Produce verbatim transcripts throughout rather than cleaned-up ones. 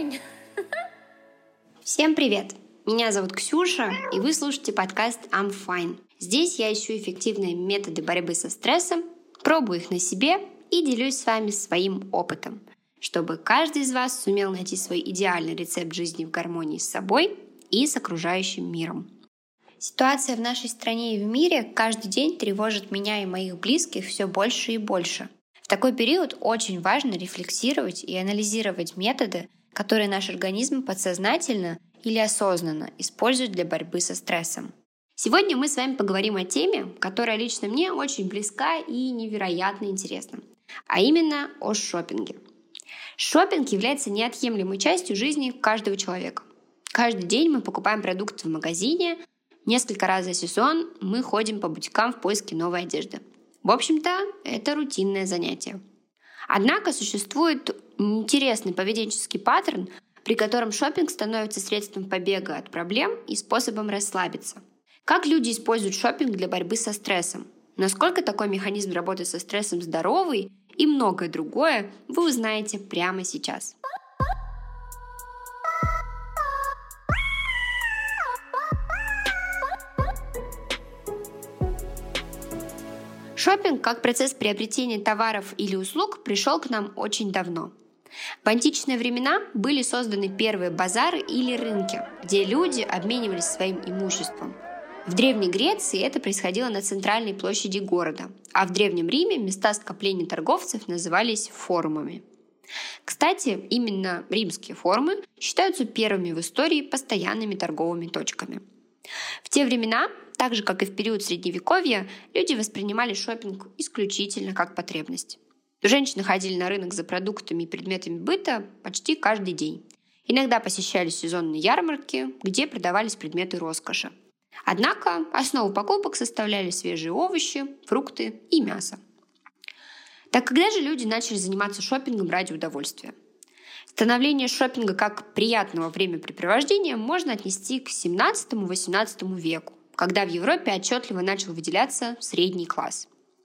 fine. Всем привет! Меня зовут Ксюша, и вы слушаете подкаст I'm Fine. Здесь я ищу эффективные методы борьбы со стрессом, пробую их на себе и делюсь с вами своим опытом, чтобы каждый из вас сумел найти свой идеальный рецепт жизни в гармонии с собой и с окружающим миром. Ситуация в нашей стране и в мире каждый день тревожит меня и моих близких все больше и больше. В такой период очень важно рефлексировать и анализировать методы, которые наш организм подсознательно или осознанно использует для борьбы со стрессом. Сегодня мы с вами поговорим о теме, которая лично мне очень близка и невероятно интересна, а именно о шопинге. Шопинг является неотъемлемой частью жизни каждого человека. Каждый день мы покупаем продукты в магазине, несколько раз за сезон мы ходим по бутикам в поиске новой одежды. В общем-то, это рутинное занятие. Однако существует интересный поведенческий паттерн, при котором шопинг становится средством побега от проблем и способом расслабиться. Как люди используют шопинг для борьбы со стрессом? Насколько такой механизм работы со стрессом здоровый и многое другое вы узнаете прямо сейчас. Шопинг как процесс приобретения товаров или услуг пришел к нам очень давно. В античные времена были созданы первые базары или рынки, где люди обменивались своим имуществом. В Древней Греции это происходило на центральной площади города, а в Древнем Риме места скопления торговцев назывались форумами. Кстати, именно римские форумы считаются первыми в истории постоянными торговыми точками. В те времена, так же как и в период Средневековья, люди воспринимали шопинг исключительно как потребность. Женщины ходили на рынок за продуктами и предметами быта почти каждый день. Иногда посещали сезонные ярмарки, где продавались предметы роскоши. Однако основу покупок составляли свежие овощи, фрукты и мясо. Так когда же люди начали заниматься шопингом ради удовольствия? Становление шопинга как приятного времяпрепровождения можно отнести к семнадцатому-восемнадцатому веку, когда в Европе отчетливо начал выделяться средний класс.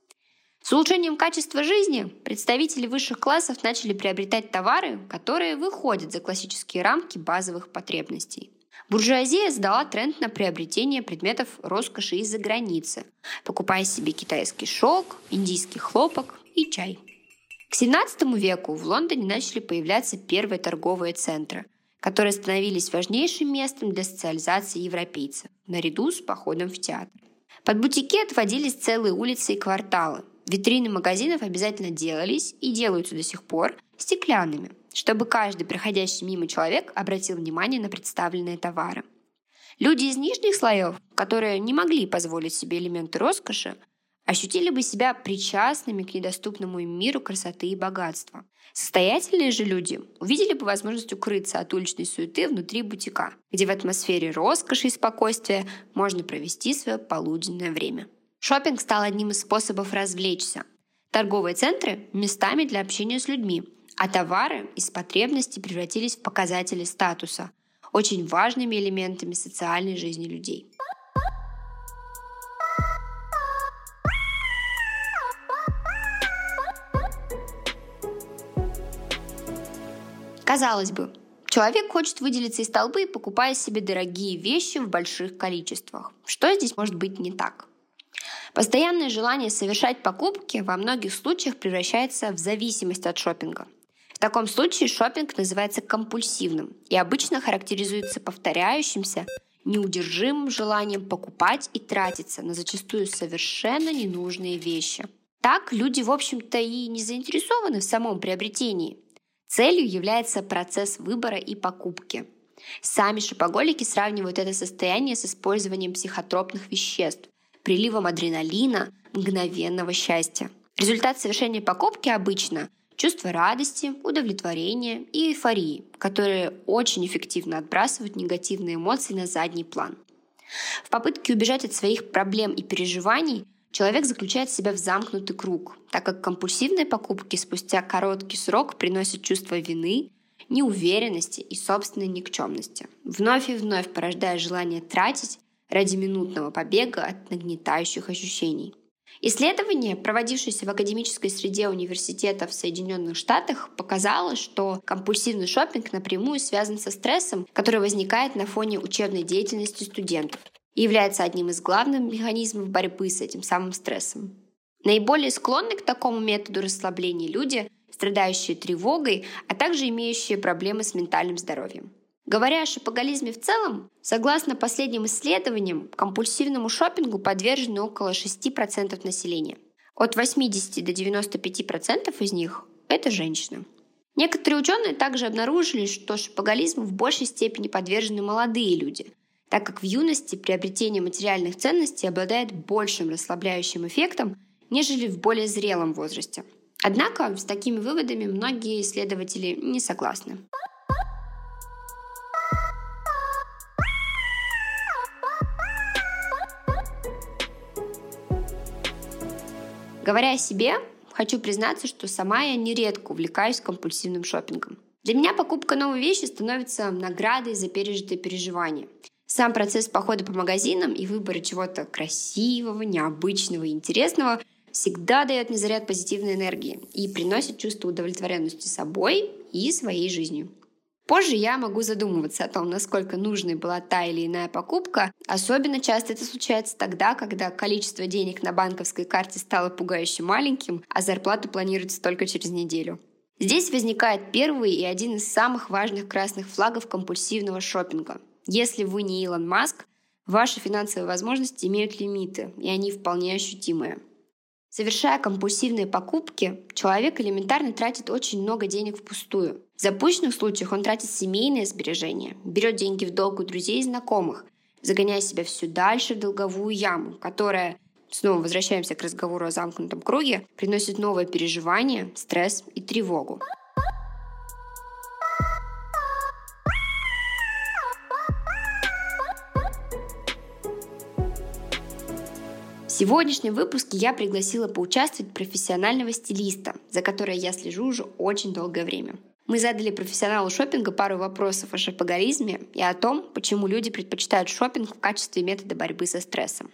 С улучшением качества жизни представители высших классов начали приобретать товары, которые выходят за классические рамки базовых потребностей. Буржуазия задала тренд на приобретение предметов роскоши из-за границы, покупая себе китайский шелк, индийский хлопок и чай. К семнадцатому веку в Лондоне начали появляться первые торговые центры, которые становились важнейшим местом для социализации европейцев, наряду с походом в театр. Под бутики отводились целые улицы и кварталы. Витрины магазинов обязательно делались и делаются до сих пор стеклянными, чтобы каждый проходящий мимо человек обратил внимание на представленные товары. Люди из нижних слоев, которые не могли позволить себе элементы роскоши, ощутили бы себя причастными к недоступному им миру красоты и богатства. Состоятельные же люди увидели бы возможность укрыться от уличной суеты внутри бутика, где в атмосфере роскоши и спокойствия можно провести свое полуденное время. Шопинг стал одним из способов развлечься. Торговые центры – местами для общения с людьми, а товары из потребностей превратились в показатели статуса, очень важными элементами социальной жизни людей. Казалось бы, человек хочет выделиться из толпы, покупая себе дорогие вещи в больших количествах. Что здесь может быть не так? Постоянное желание совершать покупки во многих случаях превращается в зависимость от шопинга. В таком случае шопинг называется компульсивным и обычно характеризуется повторяющимся, неудержимым желанием покупать и тратиться на зачастую совершенно ненужные вещи. Так люди, в общем-то, и не заинтересованы в самом приобретении. Целью является процесс выбора и покупки. Сами шопоголики сравнивают это состояние с использованием психотропных веществ, приливом адреналина, мгновенного счастья. Результат совершения покупки обычно чувство радости, удовлетворения и эйфории, которые очень эффективно отбрасывают негативные эмоции на задний план. В попытке убежать от своих проблем и переживаний человек заключает себя в замкнутый круг, так как компульсивные покупки спустя короткий срок приносят чувство вины, неуверенности и собственной никчемности, вновь и вновь порождая желание тратить ради минутного побега от нагнетающих ощущений. Исследование, проводившееся в академической среде университета в Соединенных Штатах, показало, что компульсивный шопинг напрямую связан со стрессом, который возникает на фоне учебной деятельности студентов и является одним из главных механизмов борьбы с этим самым стрессом. Наиболее склонны к такому методу расслабления люди, страдающие тревогой, а также имеющие проблемы с ментальным здоровьем. Говоря о шопоголизме в целом, согласно последним исследованиям, компульсивному шопингу подвержены около шесть процентов населения. От восемьдесят до девяноста пяти процентов из них – это женщины. Некоторые ученые также обнаружили, что шопоголизму в большей степени подвержены молодые люди, так как в юности приобретение материальных ценностей обладает большим расслабляющим эффектом, нежели в более зрелом возрасте. Однако с такими выводами многие исследователи не согласны. Говоря о себе, хочу признаться, что сама я нередко увлекаюсь компульсивным шопингом. Для меня покупка новой вещи становится наградой за пережитые переживания. Сам процесс похода по магазинам и выбора чего-то красивого, необычного и интересного всегда дает мне заряд позитивной энергии и приносит чувство удовлетворенности собой и своей жизнью. Позже я могу задумываться о том, насколько нужной была та или иная покупка. Особенно часто это случается тогда, когда количество денег на банковской карте стало пугающе маленьким, а зарплата планируется только через неделю. Здесь возникает первый и один из самых важных красных флагов компульсивного шопинга. Если вы не Илон Маск, ваши финансовые возможности имеют лимиты, и они вполне ощутимые. Совершая компульсивные покупки, человек элементарно тратит очень много денег впустую. В запущенных случаях он тратит семейные сбережения, берет деньги в долг у друзей и знакомых, загоняя себя все дальше в долговую яму, которая, снова возвращаемся к разговору о замкнутом круге, приносит новые переживания, стресс и тревогу. В сегодняшнем выпуске я пригласила поучаствовать профессионального стилиста, за которой я слежу уже очень долгое время. Мы задали профессионалу шопинга пару вопросов о шопоголизме и о том, почему люди предпочитают шопинг в качестве метода борьбы со стрессом.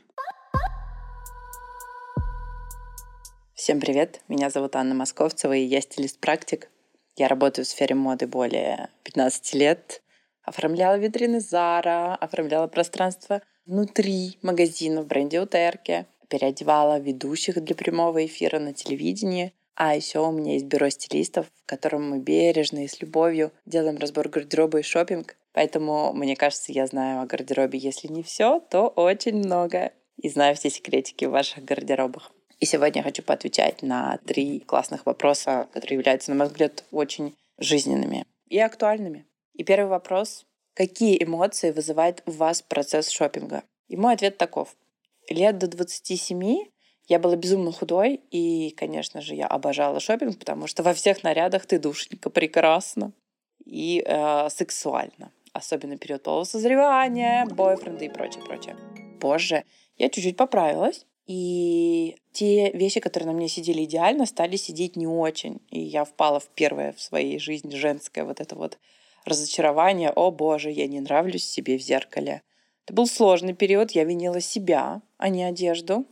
Всем привет, меня зовут Анна Московцева, и я стилист-практик. Я работаю в сфере моды более пятнадцати лет. Оформляла витрины Zara, оформляла пространство внутри магазина в бренде Утерки, переодевала ведущих для прямого эфира на телевидении. А еще у меня есть бюро стилистов, в котором мы бережно и с любовью делаем разбор гардероба и шопинг. Поэтому, мне кажется, я знаю о гардеробе, если не все, то очень много. И знаю все секретики в ваших гардеробах. И сегодня я хочу поотвечать на три классных вопроса, которые являются, на мой взгляд, очень жизненными и актуальными. И первый вопрос. Какие эмоции вызывает в вас процесс шопинга? И мой ответ таков. Лет до двадцати семи я была безумно худой, и, конечно же, я обожала шопинг, потому что во всех нарядах ты душенька прекрасна и э, сексуально. Особенно период полового созревания, бойфренда и прочее, прочее. Позже я чуть-чуть поправилась, и те вещи, которые на мне сидели идеально, стали сидеть не очень. И я впала в первое в своей жизни женское вот это вот разочарование. О боже, я не нравлюсь себе в зеркале. Это был сложный период, я винила себя, а не одежду.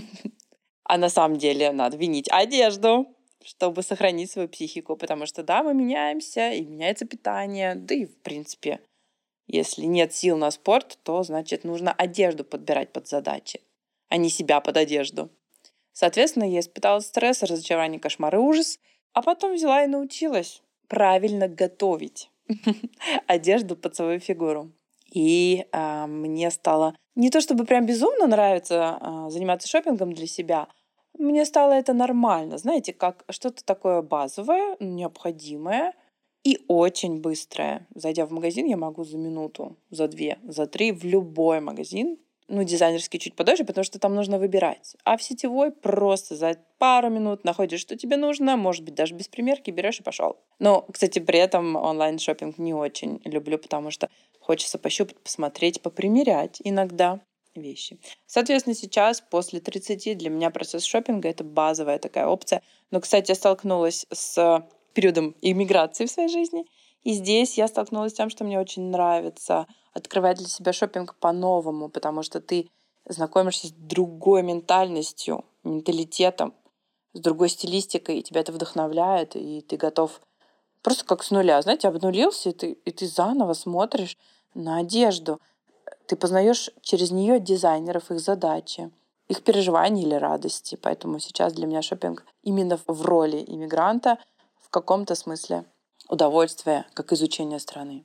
А на самом деле надо винить одежду, чтобы сохранить свою психику, потому что да, мы меняемся, и меняется питание, да и в принципе, если нет сил на спорт, то значит нужно одежду подбирать под задачи, а не себя под одежду. Соответственно, я испытала стресс, разочарование, кошмар и ужас, а потом взяла и научилась правильно готовить одежду под свою фигуру. И э, мне стало не то чтобы прям безумно нравится э, заниматься шопингом для себя, мне стало это нормально, знаете, как что-то такое базовое, необходимое и очень быстрое. Зайдя в магазин, я могу за минуту, за две, за три в любой магазин, ну, дизайнерский чуть подольше, потому что там нужно выбирать. А в сетевой просто за пару минут находишь, что тебе нужно, может быть, даже без примерки, берешь и пошел. Но, кстати, при этом онлайн-шопинг не очень люблю, потому что хочется пощупать, посмотреть, попримерять иногда вещи. Соответственно, сейчас, после тридцати, для меня процесс шопинга — это базовая такая опция. Но, кстати, я столкнулась с периодом иммиграции в своей жизни, и здесь я столкнулась с тем, что мне очень нравится открывать для себя шопинг по-новому, потому что ты знакомишься с другой ментальностью, менталитетом, с другой стилистикой, и тебя это вдохновляет, и ты готов просто как с нуля. Знаете, обнулился, и ты, и ты заново смотришь на одежду. Ты познаешь через нее дизайнеров, их задачи, их переживания или радости. Поэтому сейчас для меня шопинг именно в роли иммигранта в каком-то смысле удовольствие, как изучение страны.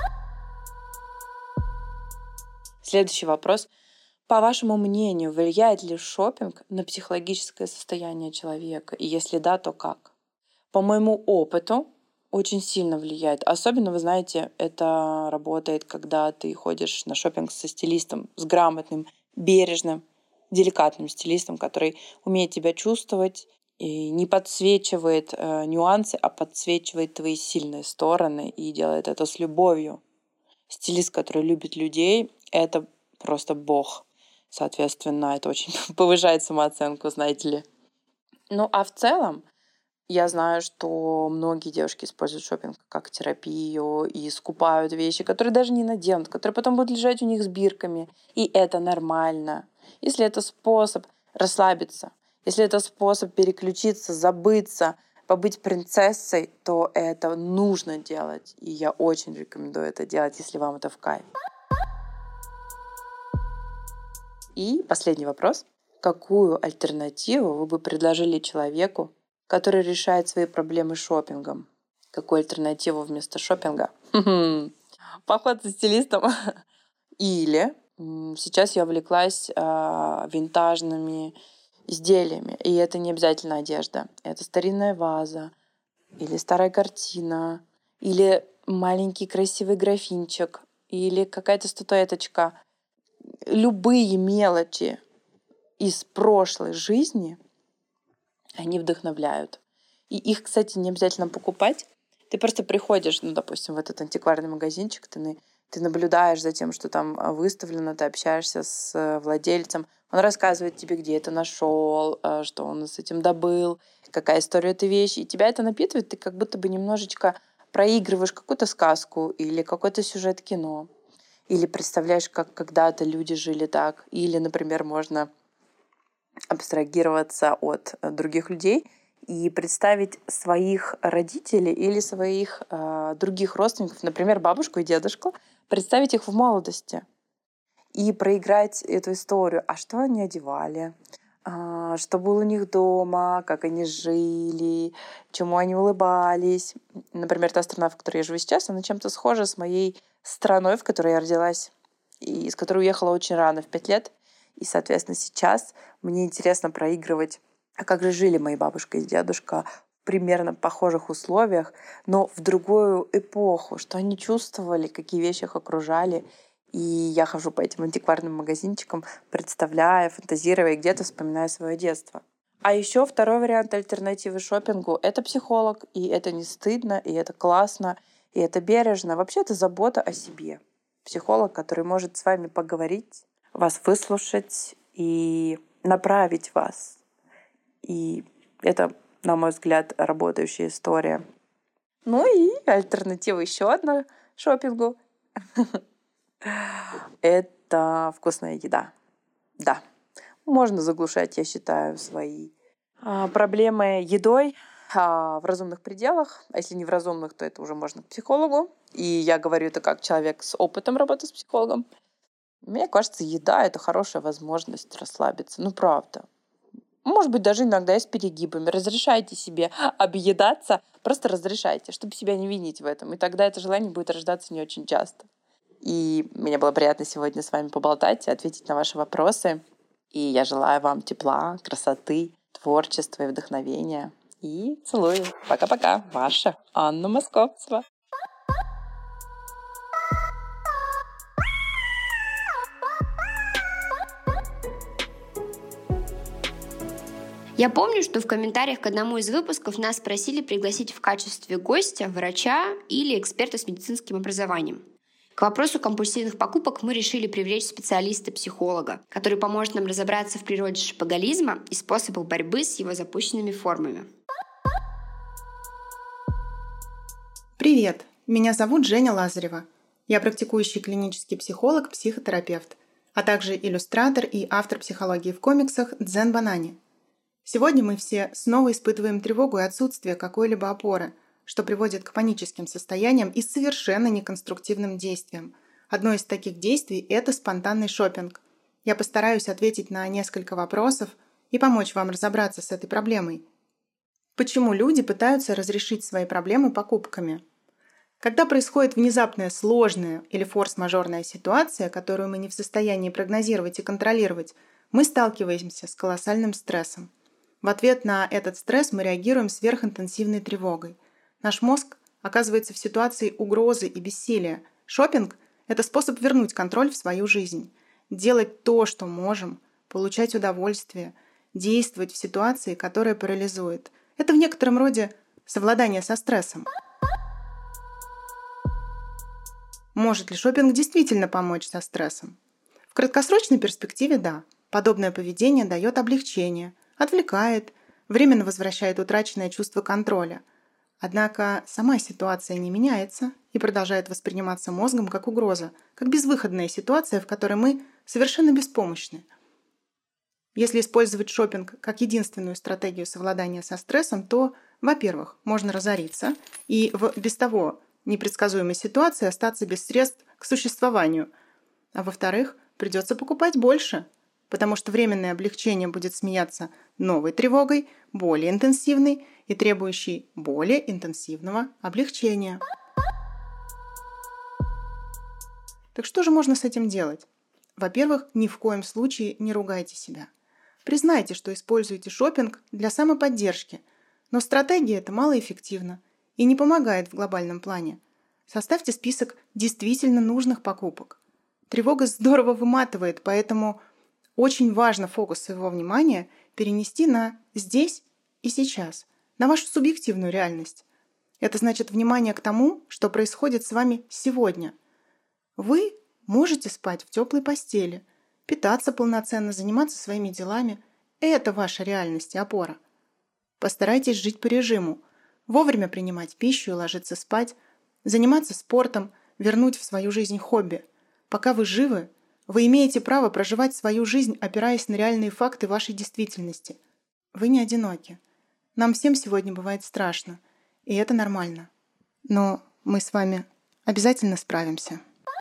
Следующий вопрос. По вашему мнению, влияет ли шопинг на психологическое состояние человека? И если да, то как? По моему опыту, очень сильно влияет. Особенно, вы знаете, это работает, когда ты ходишь на шопинг со стилистом, с грамотным, бережным, деликатным стилистом, который умеет тебя чувствовать и не подсвечивает э, нюансы, а подсвечивает твои сильные стороны и делает это с любовью. Стилист, который любит людей, это просто бог. Соответственно, это очень повышает самооценку, знаете ли. Ну, а в целом, я знаю, что многие девушки используют шопинг как терапию и скупают вещи, которые даже не наденут, которые потом будут лежать у них с бирками. И это нормально. Если это способ расслабиться, если это способ переключиться, забыться, побыть принцессой, то это нужно делать. И я очень рекомендую это делать, если вам это в кайф. И последний вопрос. Какую альтернативу вы бы предложили человеку, который решает свои проблемы шопингом? Какую альтернативу вместо шопинга? Поход со стилистом. Или сейчас я увлеклась а, винтажными изделиями. И это не обязательно одежда. Это старинная ваза, или старая картина, или маленький красивый графинчик, или какая-то статуэточка. Любые мелочи из прошлой жизни, они вдохновляют. И их, кстати, не обязательно покупать. Ты просто приходишь, ну, допустим, в этот антикварный магазинчик, ты, ты наблюдаешь за тем, что там выставлено, ты общаешься с владельцем, он рассказывает тебе, где это нашел, что он с этим добыл, какая история этой вещи. И тебя это напитывает, ты как будто бы немножечко проигрываешь какую-то сказку или какой-то сюжет кино. Или представляешь, как когда-то люди жили так. Или, например, можно абстрагироваться от других людей и представить своих родителей или своих э, других родственников, например, бабушку и дедушку, представить их в молодости и проиграть эту историю. А что они одевали? А, что было у них дома? Как они жили? Чему они улыбались? Например, та страна, в которой я живу сейчас, она чем-то схожа с моей страной, в которой я родилась, и из которой уехала очень рано, в пять лет. И, соответственно, сейчас мне интересно проигрывать, а как же жили мои бабушка и дедушка в примерно похожих условиях, но в другую эпоху, что они чувствовали, какие вещи их окружали. И я хожу по этим антикварным магазинчикам, представляя, фантазируя, и где-то вспоминаю свое детство. А еще второй вариант альтернативы шопингу — это психолог, и это не стыдно, и это классно, и это бережно. Вообще это забота о себе. Психолог, который может с вами поговорить, вас выслушать и направить вас. И это, на мой взгляд, работающая история. Ну и альтернатива еще одна шопингу — это вкусная еда. Да, можно заглушать, я считаю, свои проблемы едой в разумных пределах. А если не в разумных, то это уже можно к психологу. И я говорю это как человек с опытом работы с психологом. Мне кажется, еда — это хорошая возможность расслабиться. Ну, правда. Может быть, даже иногда и с перегибами. Разрешайте себе объедаться, просто разрешайте, чтобы себя не винить в этом. И тогда это желание будет рождаться не очень часто. И мне было приятно сегодня с вами поболтать и ответить на ваши вопросы. И я желаю вам тепла, красоты, творчества и вдохновения. И целую. Пока-пока. Ваша Анна Московцева. Я помню, что в комментариях к одному из выпусков нас просили пригласить в качестве гостя врача или эксперта с медицинским образованием. К вопросу компульсивных покупок мы решили привлечь специалиста-психолога, который поможет нам разобраться в природе шопоголизма и способах борьбы с его запущенными формами. Привет! Меня зовут Женя Лазарева. Я практикующий клинический психолог, психотерапевт, а также иллюстратор и автор психологии в комиксах Дзен Банани. Сегодня мы все снова испытываем тревогу и отсутствие какой-либо опоры, что приводит к паническим состояниям и совершенно неконструктивным действиям. Одно из таких действий – это спонтанный шопинг. Я постараюсь ответить на несколько вопросов и помочь вам разобраться с этой проблемой. Почему люди пытаются разрешить свои проблемы покупками? Когда происходит внезапная сложная или форс-мажорная ситуация, которую мы не в состоянии прогнозировать и контролировать, мы сталкиваемся с колоссальным стрессом. В ответ на этот стресс мы реагируем сверхинтенсивной тревогой. Наш мозг оказывается в ситуации угрозы и бессилия. Шопинг – это способ вернуть контроль в свою жизнь, делать то, что можем, получать удовольствие, действовать в ситуации, которая парализует. Это в некотором роде совладание со стрессом. Может ли шопинг действительно помочь со стрессом? В краткосрочной перспективе – да. Подобное поведение дает облегчение, отвлекает, временно возвращает утраченное чувство контроля. Однако сама ситуация не меняется и продолжает восприниматься мозгом как угроза, как безвыходная ситуация, в которой мы совершенно беспомощны. Если использовать шопинг как единственную стратегию совладания со стрессом, то, во-первых, можно разориться и в без того непредсказуемой ситуации остаться без средств к существованию, а во-вторых, придется покупать больше, потому что временное облегчение будет сменяться новой тревогой, более интенсивной и требующей более интенсивного облегчения. Так что же можно с этим делать? Во-первых, ни в коем случае не ругайте себя. Признайте, что используете шопинг для самоподдержки, но стратегия эта малоэффективна и не помогает в глобальном плане. Составьте список действительно нужных покупок. Тревога здорово выматывает, поэтому очень важно фокус своего внимания перенести на здесь и сейчас, на вашу субъективную реальность. Это значит внимание к тому, что происходит с вами сегодня. Вы можете спать в теплой постели, питаться полноценно, заниматься своими делами. Это ваша реальность и опора. Постарайтесь жить по режиму, вовремя принимать пищу и ложиться спать, заниматься спортом, вернуть в свою жизнь хобби. Пока вы живы, вы имеете право проживать свою жизнь, опираясь на реальные факты вашей действительности. Вы не одиноки. Нам всем сегодня бывает страшно, и это нормально. Но мы с вами обязательно справимся.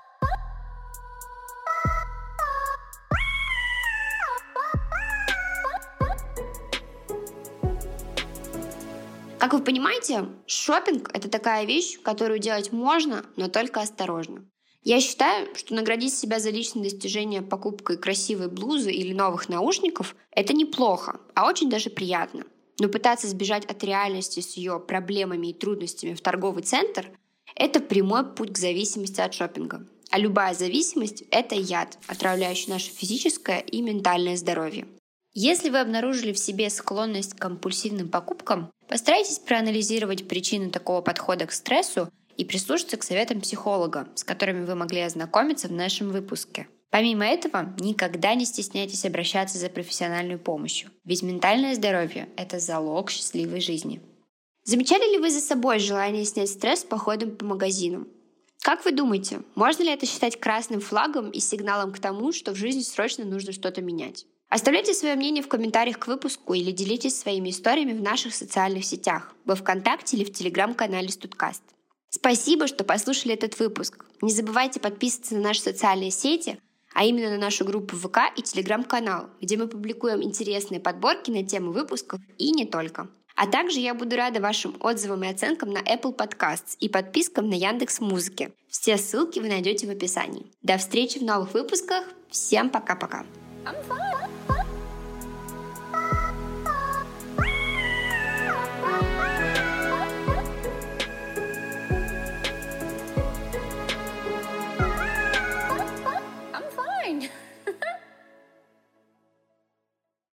Как вы понимаете, шопинг – это такая вещь, которую делать можно, но только осторожно. Я считаю, что наградить себя за личные достижения покупкой красивой блузы или новых наушников – это неплохо, а очень даже приятно. Но пытаться сбежать от реальности с ее проблемами и трудностями в торговый центр – это прямой путь к зависимости от шопинга. А любая зависимость – это яд, отравляющий наше физическое и ментальное здоровье. Если вы обнаружили в себе склонность к компульсивным покупкам, постарайтесь проанализировать причины такого подхода к стрессу и прислушаться к советам психолога, с которыми вы могли ознакомиться в нашем выпуске. Помимо этого, никогда не стесняйтесь обращаться за профессиональной помощью, ведь ментальное здоровье – это залог счастливой жизни. Замечали ли вы за собой желание снять стресс походом по магазинам? Как вы думаете, можно ли это считать красным флагом и сигналом к тому, что в жизни срочно нужно что-то менять? Оставляйте свое мнение в комментариях к выпуску или делитесь своими историями в наших социальных сетях, во ВКонтакте или в телеграм-канале Студкаст. Спасибо, что послушали этот выпуск. Не забывайте подписываться на наши социальные сети, а именно на нашу группу ВК и телеграм-канал, где мы публикуем интересные подборки на тему выпусков и не только. А также я буду рада вашим отзывам и оценкам на Apple Podcasts и подпискам на Яндекс.Музыке. Все ссылки вы найдете в описании. До встречи в новых выпусках. Всем пока-пока. I'm fine.